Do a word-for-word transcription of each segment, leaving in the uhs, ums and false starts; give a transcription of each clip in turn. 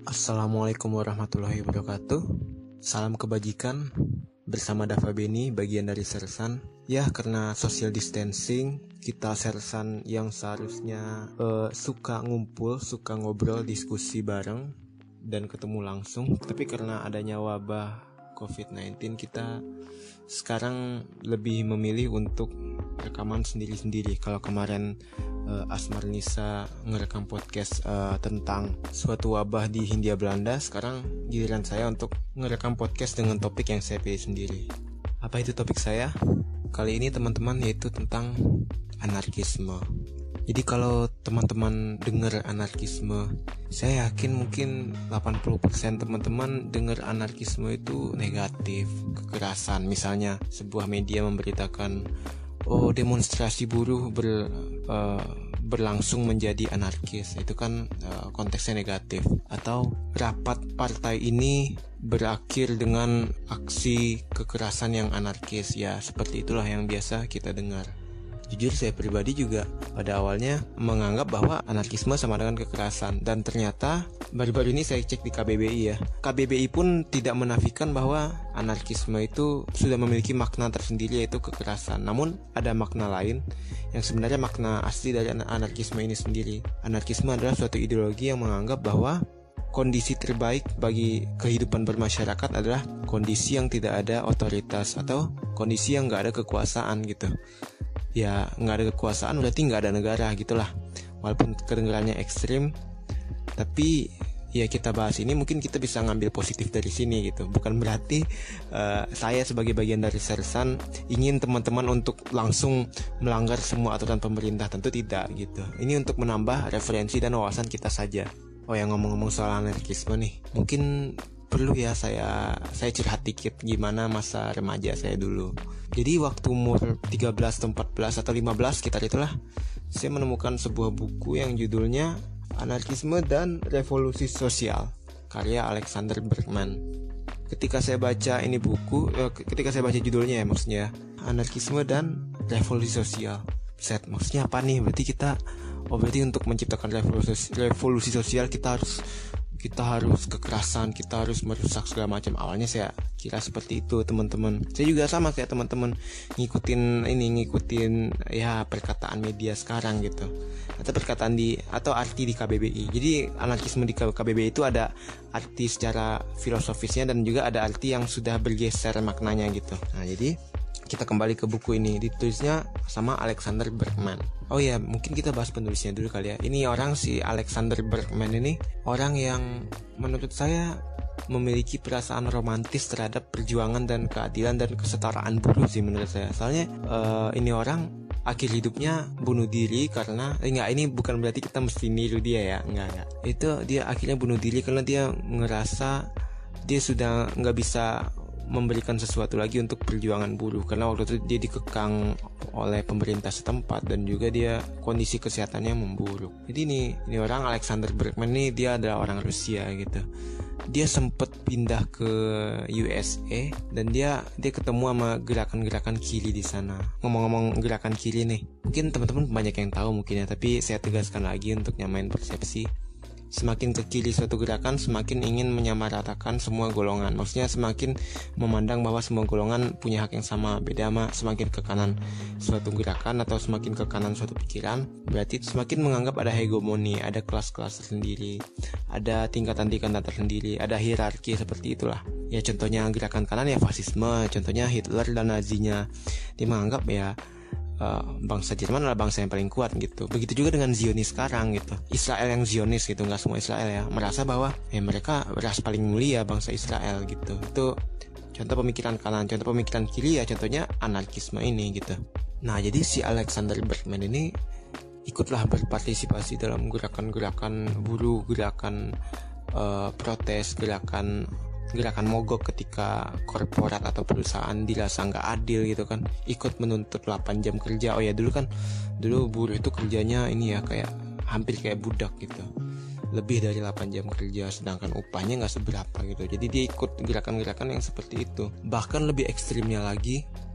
Assalamualaikum warahmatullahi wabarakatuh. Salam kebajikan bersama Dava Beni, bagian dari Sersan. Ya, karena social distancing, kita Sersan yang seharusnya uh, suka ngumpul, suka ngobrol, diskusi bareng dan ketemu langsung, tapi karena adanya wabah covid sembilan belas, kita sekarang lebih memilih untuk rekaman sendiri-sendiri. Kalau kemarin uh, Asmar Nisa ngerekam podcast uh, tentang suatu wabah di Hindia Belanda, sekarang giliran saya untuk ngerekam podcast dengan topik yang saya pilih sendiri. Apa itu topik saya? Kali ini teman-teman, yaitu tentang anarkisme. Jadi kalau teman-teman dengar anarkisme, saya yakin mungkin delapan puluh persen teman-teman dengar anarkisme itu negatif, kekerasan. Misalnya sebuah media memberitakan, oh demonstrasi buruh ber, uh, berlangsung menjadi anarkis, itu kan uh, konteksnya negatif. Atau rapat partai ini berakhir dengan aksi kekerasan yang anarkis. Ya seperti itulah yang biasa kita dengar. Jujur saya pribadi juga pada awalnya menganggap bahwa anarkisme sama dengan kekerasan, dan ternyata baru-baru ini saya cek di K B B I ya. K B B I pun tidak menafikan bahwa anarkisme itu sudah memiliki makna tersendiri, yaitu kekerasan. Namun ada makna lain yang sebenarnya makna asli dari anarkisme ini sendiri. Anarkisme adalah suatu ideologi yang menganggap bahwa kondisi terbaik bagi kehidupan bermasyarakat adalah kondisi yang tidak ada otoritas atau kondisi yang nggak ada kekuasaan gitu. Ya nggak ada kekuasaan berarti nggak ada negara gitulah. Walaupun kedengarannya ekstrim, tapi ya kita bahas ini mungkin kita bisa ngambil positif dari sini gitu. Bukan berarti uh, saya sebagai bagian dari Sersan ingin teman-teman untuk langsung melanggar semua aturan pemerintah, tentu tidak gitu. Ini untuk menambah referensi dan wawasan kita saja. Oh ya, ngomong-ngomong soal anarkisme nih, mungkin perlu ya saya saya curhat dikit gimana masa remaja saya dulu. Jadi waktu umur tiga belas atau empat belas atau lima belas sekitar itulah, saya menemukan sebuah buku yang judulnya Anarkisme dan Revolusi Sosial, karya Alexander Berkman. Ketika saya baca ini buku, eh, ketika saya baca judulnya ya, maksudnya Anarkisme dan Revolusi Sosial, set maksudnya apa nih? Berarti kita oh berarti untuk menciptakan revolusi revolusi sosial kita harus kita harus kekerasan, kita harus merusak segala macam. Awalnya saya kira seperti itu, teman-teman. Saya juga sama kayak teman-teman, ngikutin ini, ngikutin ya perkataan media sekarang gitu, atau perkataan di atau arti di K B B I. Jadi anarkisme di K B B I itu ada arti secara filosofisnya dan juga ada arti yang sudah bergeser maknanya gitu. Nah, jadi kita kembali ke buku ini, ditulisnya sama Alexander Berkman. Oh ya, mungkin kita bahas penulisnya dulu kali ya. Ini orang, si Alexander Berkman ini orang yang menurut saya memiliki perasaan romantis terhadap perjuangan dan keadilan dan kesetaraan buruh sih menurut saya. Soalnya uh, ini orang akhir hidupnya bunuh diri karena eh, enggak, ini bukan berarti kita mesti niru dia ya, enggak enggak. Itu dia akhirnya bunuh diri karena dia ngerasa dia sudah nggak bisa memberikan sesuatu lagi untuk perjuangan buruh, karena waktu itu dia dikekang oleh pemerintah setempat dan juga dia kondisi kesehatannya memburuk. Jadi ini ini orang Alexander Berkman ini dia adalah orang Rusia gitu. Dia sempat pindah ke U S A dan dia dia ketemu sama gerakan-gerakan kiri di sana. Ngomong-ngomong gerakan kiri nih, mungkin teman-teman banyak yang tahu mungkin ya, tapi saya tegaskan lagi untuk nyamain persepsi. Semakin ke kiri suatu gerakan, semakin ingin menyamaratakan semua golongan. Maksudnya semakin memandang bahwa semua golongan punya hak yang sama. Beda sama semakin ke kanan suatu gerakan atau semakin ke kanan suatu pikiran, berarti semakin menganggap ada hegemoni, ada kelas-kelas tersendiri, ada tingkatan-tingkatan tersendiri, ada hierarki seperti itulah. Ya contohnya gerakan kanan ya fasisme, contohnya Hitler dan Nazinya. Dia menganggap ya Uh, bangsa Jerman adalah bangsa yang paling kuat gitu. Begitu juga dengan Zionis sekarang gitu, Israel yang Zionis gitu, nggak semua Israel ya, merasa bahwa eh mereka ras paling mulia bangsa Israel gitu. Itu contoh pemikiran kanan. Contoh pemikiran kiri ya contohnya anarkisme ini gitu. Nah jadi si Alexander Berkman ini ikutlah berpartisipasi dalam gerakan-gerakan buruh, gerakan uh, protes, gerakan gerakan mogok ketika korporat atau perusahaan dirasa nggak adil gitu kan, ikut menuntut delapan jam kerja. Oh ya dulu kan dulu buruh itu kerjanya ini ya kayak hampir kayak budak gitu, lebih dari delapan jam kerja sedangkan upahnya nggak seberapa gitu. Jadi dia ikut gerakan-gerakan yang seperti itu. Bahkan lebih ekstrimnya lagi,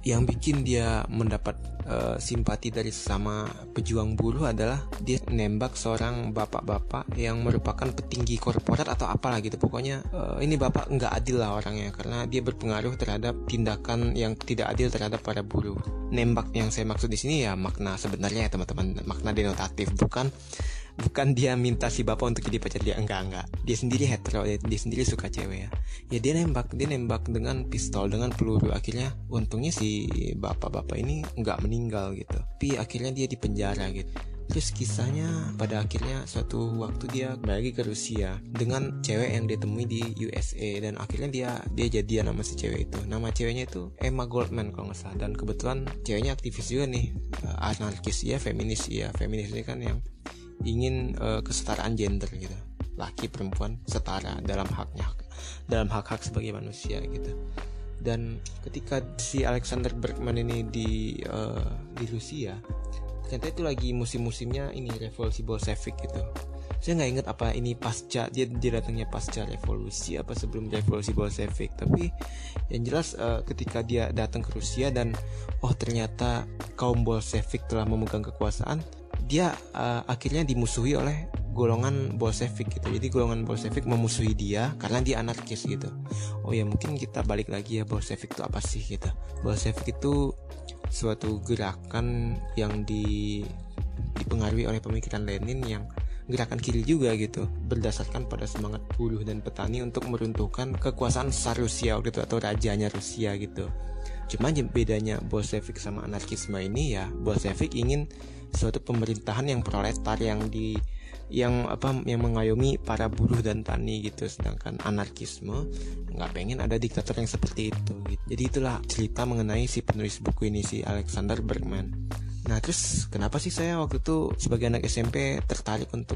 yang bikin dia mendapat uh, simpati dari sesama pejuang buruh adalah dia nembak seorang bapak-bapak yang merupakan petinggi korporat atau apalah gitu. Pokoknya uh, ini bapak nggak adil lah orangnya, karena dia berpengaruh terhadap tindakan yang tidak adil terhadap para buruh. Nembak yang saya maksud di sini ya makna sebenarnya ya teman-teman, makna denotatif, bukan bukan dia minta si bapak untuk jadi pacar dia, enggak enggak dia sendiri hetero, dia, dia sendiri suka cewek ya ya dia nembak dia nembak dengan pistol, dengan peluru. Akhirnya untungnya si bapak-bapak ini enggak meninggal gitu, tapi akhirnya dia dipenjara gitu. Terus kisahnya pada akhirnya suatu waktu dia kembali ke Rusia dengan cewek yang dia temui di U S A, dan akhirnya dia dia jadian sama si cewek itu. Nama ceweknya itu Emma Goldman kalau nggak salah, dan kebetulan ceweknya aktivis juga nih, anarkis ya, feminis ya. Feminis ini kan yang ingin uh, kesetaraan gender gitu, laki perempuan setara dalam haknya, dalam hak-hak sebagai manusia gitu. Dan ketika si Alexander Berkman ini di uh, di Rusia, ternyata itu lagi musim-musimnya ini revolusi Bolshevik gitu. Saya nggak ingat apa ini pasca dia, dia datangnya pasca revolusi apa sebelum revolusi Bolshevik, tapi yang jelas uh, ketika dia datang ke Rusia dan oh ternyata kaum Bolshevik telah memegang kekuasaan, dia uh, akhirnya dimusuhi oleh golongan Bolshevik gitu. Jadi golongan Bolshevik memusuhi dia karena dia anarkis gitu. Oh ya mungkin kita balik lagi ya, Bolshevik itu apa sih gitu. Bolshevik itu suatu gerakan yang di, dipengaruhi oleh pemikiran Lenin, yang gerakan kiri juga gitu, berdasarkan pada semangat buruh dan petani untuk meruntuhkan kekuasaan Tsar Rusia gitu, atau rajanya Rusia gitu. Cuma bedanya Bolshevik sama anarkisme ini ya, Bolshevik ingin suatu pemerintahan yang proletar, yang di yang apa yang mengayomi para buruh dan tani gitu, sedangkan anarkisme nggak pengen ada diktator yang seperti itu gitu. Jadi itulah cerita mengenai si penulis buku ini, si Alexander Berkman. Nah terus kenapa sih saya waktu itu sebagai anak S M P tertarik untuk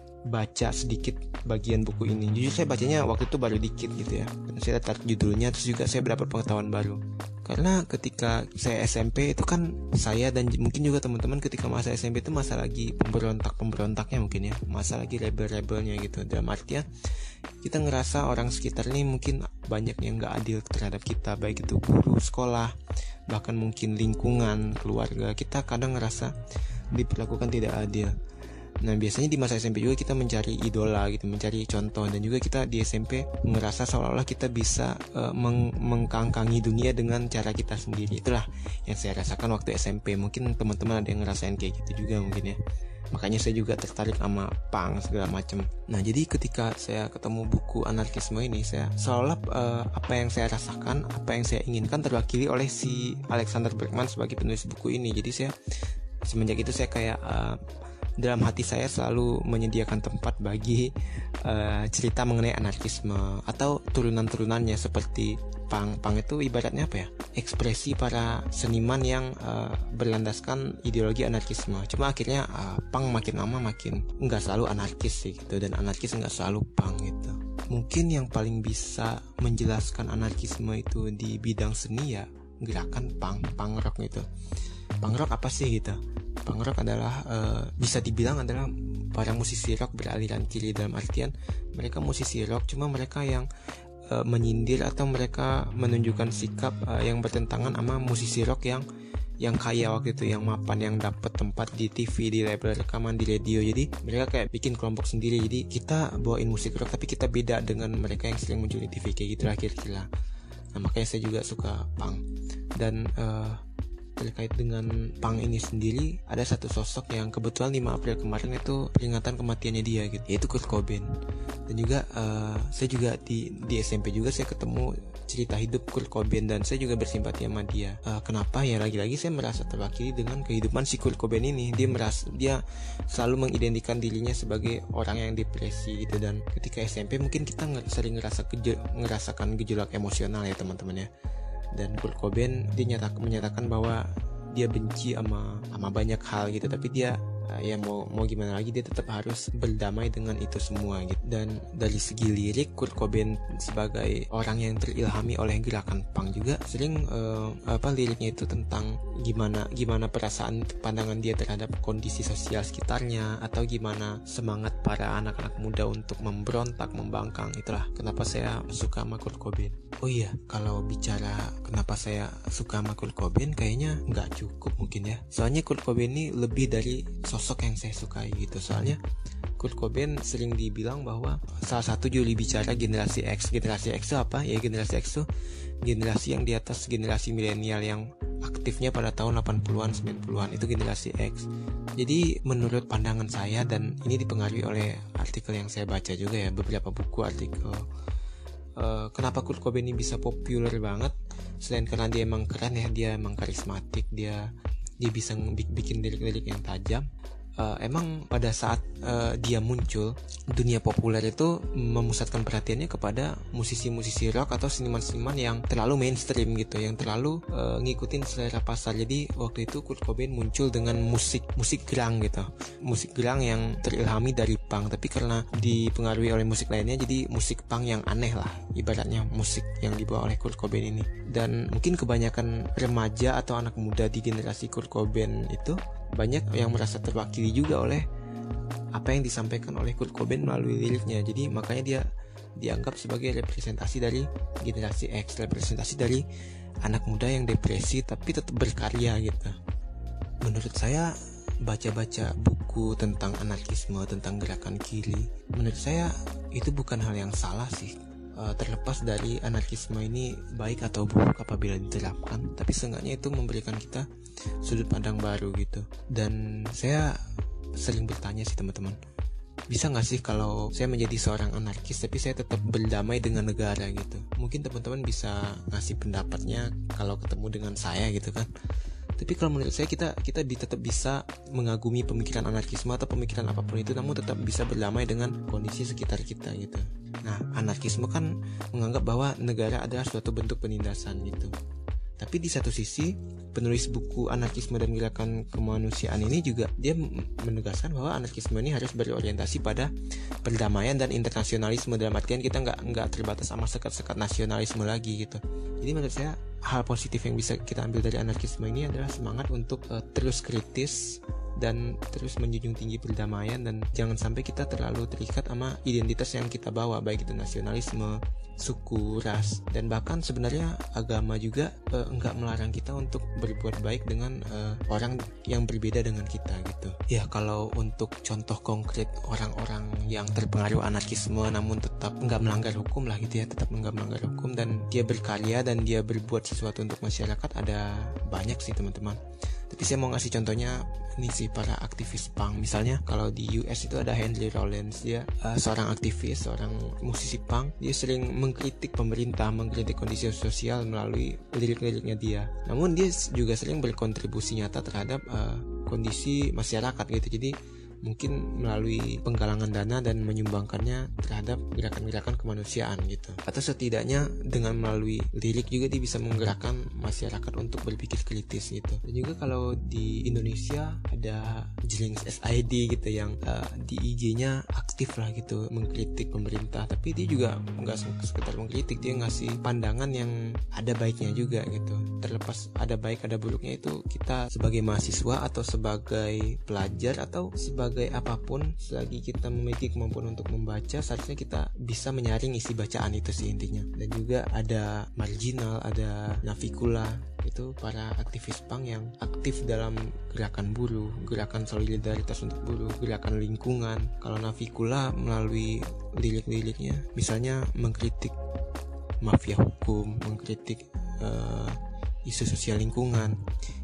baca sedikit bagian buku ini? Jujur saya bacanya waktu itu baru dikit gitu ya, karena saya tertarik judulnya, terus juga saya berdapat pengetahuan baru. Karena ketika saya S M P itu kan saya dan mungkin juga teman-teman ketika masa S M P itu masa lagi pemberontak-pemberontaknya mungkin ya, masa lagi rebel-rebelnya gitu. Dalam artian kita ngerasa orang sekitar ini mungkin banyak yang gak adil terhadap kita, baik itu guru, sekolah, bahkan mungkin lingkungan, keluarga. Kita kadang ngerasa diperlakukan tidak adil. Nah biasanya di masa S M P juga kita mencari idola gitu, mencari contoh, dan juga kita di S M P ngerasa seolah-olah kita bisa uh, meng- mengkangkangi dunia dengan cara kita sendiri. Itulah yang saya rasakan waktu S M P. Mungkin teman-teman ada yang ngerasain kayak gitu juga mungkin ya. Makanya saya juga tertarik sama punk segala macam. Nah jadi ketika saya ketemu buku anarkisme ini, saya seolah uh, apa yang saya rasakan, apa yang saya inginkan terwakili oleh si Alexander Berkman sebagai penulis buku ini. Jadi saya semenjak itu saya kayak uh, dalam hati saya selalu menyediakan tempat bagi uh, cerita mengenai anarkisme atau turunan-turunannya seperti punk. Punk itu ibaratnya apa ya? Ekspresi para seniman yang uh, berlandaskan ideologi anarkisme. Cuma akhirnya uh, punk makin lama makin nggak selalu anarkis sih gitu, dan anarkis nggak selalu punk gitu. Mungkin yang paling bisa menjelaskan anarkisme itu di bidang seni ya gerakan punk, punk rock gitu. Punk rock apa sih gitu? Punk rock adalah uh, bisa dibilang adalah para musisi rock beraliran kiri, dalam artian mereka musisi rock cuma mereka yang uh, menyindir atau mereka menunjukkan sikap uh, yang bertentangan sama musisi rock yang yang kaya waktu itu, yang mapan, yang dapat tempat di T V, di label rekaman, di radio. Jadi mereka kayak bikin kelompok sendiri. Jadi kita bawain musik rock tapi kita beda dengan mereka yang sering muncul di T V kayak gitu lah kira-kira. Nah makanya saya juga suka punk. Dan uh, terkait dengan punk ini sendiri, ada satu sosok yang kebetulan lima April kemarin itu peringatan kematiannya dia gitu, yaitu Kurt Cobain. Dan juga uh, saya juga di di S M P juga saya ketemu cerita hidup Kurt Cobain, dan saya juga bersimpati sama dia. Uh, kenapa ya? Lagi-lagi saya merasa terwakili dengan kehidupan si Kurt Cobain ini. Dia merasa dia selalu mengidentikan dirinya sebagai orang yang depresi gitu, dan ketika S M P mungkin kita nge- sering ngerasa gejo- ngerasakan gejolak emosional ya teman-teman ya. Dan Kurt Cobain dia nyata, menyatakan bahwa dia benci sama sama banyak hal gitu, tapi dia uh, ya mau mau gimana lagi, dia tetap harus berdamai dengan itu semua gitu. Dan dari segi lirik, Kurt Cobain sebagai orang yang terilhami oleh gerakan punk juga sering uh, apa liriknya itu tentang gimana gimana perasaan pandangan dia terhadap kondisi sosial sekitarnya, atau gimana semangat para anak-anak muda untuk memberontak, membangkang. Itulah kenapa saya suka sama Kurt Cobain. Oh iya, kalau bicara kenapa saya suka sama Kurt Cobain, kayaknya nggak cukup mungkin ya. Soalnya Kurt Cobain ini lebih dari sosok yang saya sukai gitu. Soalnya Kurt Cobain sering dibilang bahwa salah satu juri bicara generasi X. Generasi X itu apa? Ya generasi X itu generasi yang di atas generasi milenial yang aktifnya pada tahun delapan puluhan, sembilan puluhan, itu generasi X. Jadi menurut pandangan saya, dan ini dipengaruhi oleh artikel yang saya baca juga ya, beberapa buku artikel, uh, kenapa Kurt Cobain ini bisa populer banget, selain karena dia emang keren ya, dia emang karismatik, dia dia bisa bikin lirik-lirik yang tajam. Uh, emang pada saat uh, dia muncul, dunia populer itu memusatkan perhatiannya kepada musisi-musisi rock atau seniman-seniman yang terlalu mainstream gitu, yang terlalu uh, ngikutin selera pasar. Jadi waktu itu Kurt Cobain muncul dengan musik musik grunge gitu, musik grunge yang terilhami dari punk, tapi karena dipengaruhi oleh musik lainnya, jadi musik punk yang aneh lah, ibaratnya musik yang dibawa oleh Kurt Cobain ini. Dan mungkin kebanyakan remaja atau anak muda di generasi Kurt Cobain itu banyak yang merasa terwakili juga oleh apa yang disampaikan oleh Kurt Cobain melalui liriknya. Jadi makanya dia dianggap sebagai representasi dari generasi X, representasi dari anak muda yang depresi tapi tetap berkarya gitu. Menurut saya, baca-baca buku tentang anarkisme, tentang gerakan kiri, menurut saya itu bukan hal yang salah sih. Uh, terlepas dari anarkisme ini baik atau buruk apabila diterapkan, tapi seenggaknya itu memberikan kita sudut pandang baru gitu. Dan saya sering bertanya sih teman-teman, bisa gak sih kalau saya menjadi seorang anarkis tapi saya tetap berdamai dengan negara gitu? Mungkin teman-teman bisa ngasih pendapatnya kalau ketemu dengan saya gitu kan. Tapi kalau menurut saya, kita kita tetap bisa mengagumi pemikiran anarkisme atau pemikiran apapun itu, namun tetap bisa berdamai dengan kondisi sekitar kita gitu. Nah, anarkisme kan menganggap bahwa negara adalah suatu bentuk penindasan gitu. Tapi di satu sisi, penulis buku anarkisme dan gerakan kemanusiaan ini juga dia menegaskan bahwa anarkisme ini harus berorientasi pada perdamaian dan internasionalisme, dalam artian kita nggak nggak terbatas sama sekat-sekat nasionalisme lagi gitu. Jadi menurut saya, hal positif yang bisa kita ambil dari anarkisme ini adalah semangat untuk uh, terus kritis dan terus menjunjung tinggi perdamaian, dan jangan sampai kita terlalu terikat sama identitas yang kita bawa, baik itu nasionalisme, suku, ras, dan bahkan sebenarnya agama juga uh, enggak melarang kita untuk berbuat baik dengan uh, orang yang berbeda dengan kita gitu. Ya, kalau untuk contoh konkret orang-orang yang terpengaruh anarkisme namun tetap enggak melanggar hukum lah gitu ya, tetap enggak melanggar hukum dan dia berkarya dan dia berbuat sesuatu untuk masyarakat, ada banyak sih teman-teman. Tapi saya mau ngasih contohnya ini sih, para aktivis punk. Misalnya kalau di U S itu ada Henry Rollins, dia uh, seorang aktivis, seorang musisi punk. Dia sering mengkritik pemerintah, mengkritik kondisi sosial melalui lirik-liriknya dia. Namun dia juga sering berkontribusi nyata terhadap uh, kondisi masyarakat gitu. Jadi mungkin melalui penggalangan dana dan menyumbangkannya terhadap gerakan-gerakan kemanusiaan gitu. Atau setidaknya dengan melalui lirik juga dia bisa menggerakkan masyarakat untuk berpikir kritis gitu. Dan juga kalau di Indonesia ada Jlings S I D gitu yang uh, di I G-nya aktif lah gitu mengkritik pemerintah, tapi dia juga nggak sekedar mengkritik, dia ngasih pandangan yang ada baiknya juga gitu. Terlepas ada baik ada buruknya, itu kita sebagai mahasiswa atau sebagai pelajar atau sebagai sebagai apapun, selagi kita memiliki kemampuan untuk membaca, seharusnya kita bisa menyaring isi bacaan itu sih intinya. Dan juga ada Marginal, ada Navikula, itu para aktivis punk yang aktif dalam gerakan buruh, gerakan solidaritas untuk buruh, gerakan lingkungan. Kalau Navikula melalui lirik-liriknya misalnya mengkritik mafia hukum, mengkritik uh, isu sosial lingkungan,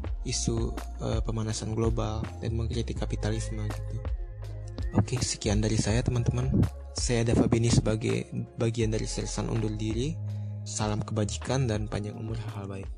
isu uh, pemanasan global, dan mengkritik kapitalisme gitu. Oke, sekian dari saya teman-teman. Saya Dava Beni sebagai bagian dari Sersan undur diri. Salam kebajikan dan panjang umur hal baik.